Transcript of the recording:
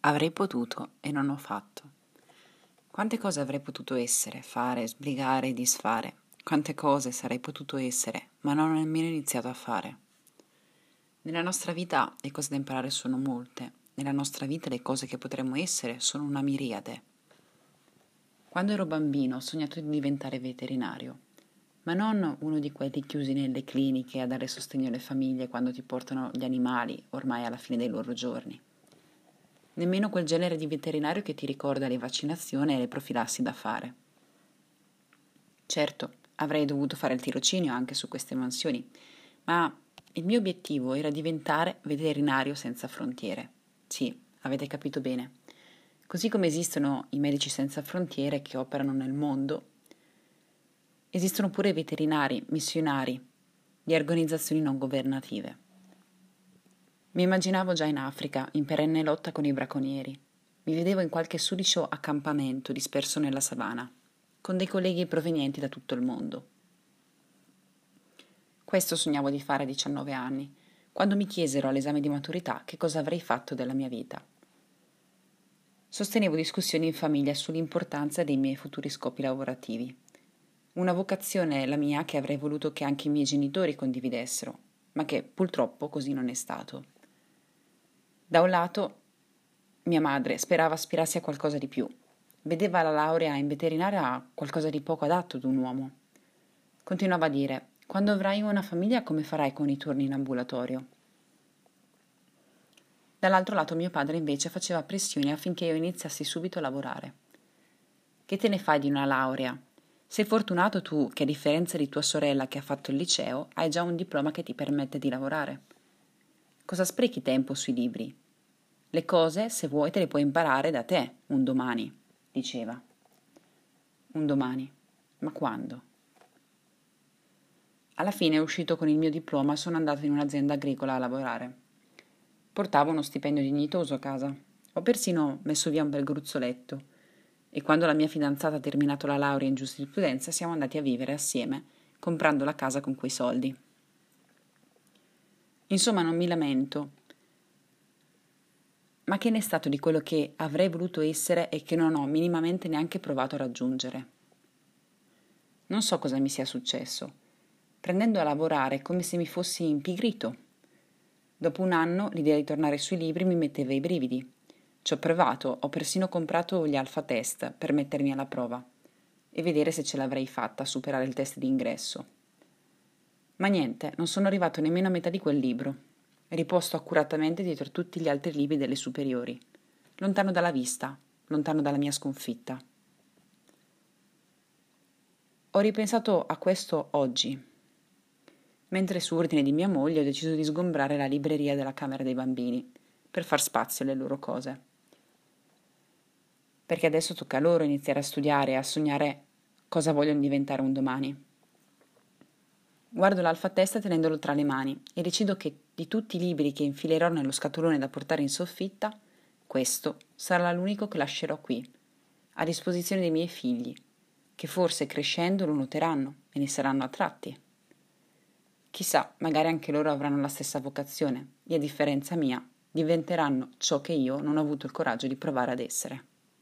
Avrei potuto e non ho fatto. Quante cose avrei potuto essere, fare, sbrigare e disfare. Quante cose sarei potuto essere, ma non ho nemmeno iniziato a fare. Nella nostra vita le cose da imparare sono molte. Nella nostra vita le cose che potremmo essere sono una miriade. Quando ero bambino ho sognato di diventare veterinario, ma non uno di quelli chiusi nelle cliniche a dare sostegno alle famiglie quando ti portano gli animali ormai alla fine dei loro giorni. Nemmeno quel genere di veterinario che ti ricorda le vaccinazioni e le profilassi da fare. Certo, avrei dovuto fare il tirocinio anche su queste mansioni, ma il mio obiettivo era diventare veterinario senza frontiere. Sì, avete capito bene. Così come esistono i medici senza frontiere che operano nel mondo, esistono pure i veterinari, missionari di organizzazioni non governative. Mi immaginavo già in Africa, in perenne lotta con i bracconieri. Mi vedevo in qualche sudicio accampamento disperso nella savana, con dei colleghi provenienti da tutto il mondo. Questo sognavo di fare a 19 anni, quando mi chiesero all'esame di maturità che cosa avrei fatto della mia vita. Sostenevo discussioni in famiglia sull'importanza dei miei futuri scopi lavorativi. Una vocazione, la mia, che avrei voluto che anche i miei genitori condividessero, ma che purtroppo così non è stato. Da un lato, mia madre sperava aspirassi a qualcosa di più. Vedeva la laurea in veterinaria qualcosa di poco adatto ad un uomo. Continuava a dire: quando avrai una famiglia come farai con i turni in ambulatorio? Dall'altro lato mio padre invece faceva pressioni affinché io iniziassi subito a lavorare. Che te ne fai di una laurea? Sei fortunato tu che, a differenza di tua sorella che ha fatto il liceo, hai già un diploma che ti permette di lavorare. Cosa sprechi tempo sui libri? Le cose, se vuoi, te le puoi imparare da te, un domani, diceva. Un domani. Ma quando? Alla fine, uscito con il mio diploma, sono andato in un'azienda agricola a lavorare. Portavo uno stipendio dignitoso a casa. Ho persino messo via un bel gruzzoletto. E quando la mia fidanzata ha terminato la laurea in giurisprudenza, siamo andati a vivere assieme, comprando la casa con quei soldi. Insomma, non mi lamento. Ma che ne è stato di quello che avrei voluto essere e che non ho minimamente neanche provato a raggiungere? Non so cosa mi sia successo. Prendendo a lavorare è come se mi fossi impigrito. Dopo un anno l'idea di tornare sui libri mi metteva i brividi. Ci ho provato, ho persino comprato gli alfa test per mettermi alla prova e vedere se ce l'avrei fatta a superare il test d'ingresso. Ma niente, non sono arrivato nemmeno a metà di quel libro, riposto accuratamente dietro tutti gli altri libri delle superiori, lontano dalla vista, lontano dalla mia sconfitta. Ho ripensato a questo oggi, mentre su ordine di mia moglie ho deciso di sgombrare la libreria della camera dei bambini per far spazio alle loro cose. Perché adesso tocca a loro iniziare a studiare e a sognare cosa vogliono diventare un domani. Guardo l'alfa test tenendolo tra le mani e decido che di tutti i libri che infilerò nello scatolone da portare in soffitta, questo sarà l'unico che lascerò qui, a disposizione dei miei figli, che forse crescendo lo noteranno e ne saranno attratti. Chissà, magari anche loro avranno la stessa vocazione e, a differenza mia, diventeranno ciò che io non ho avuto il coraggio di provare ad essere.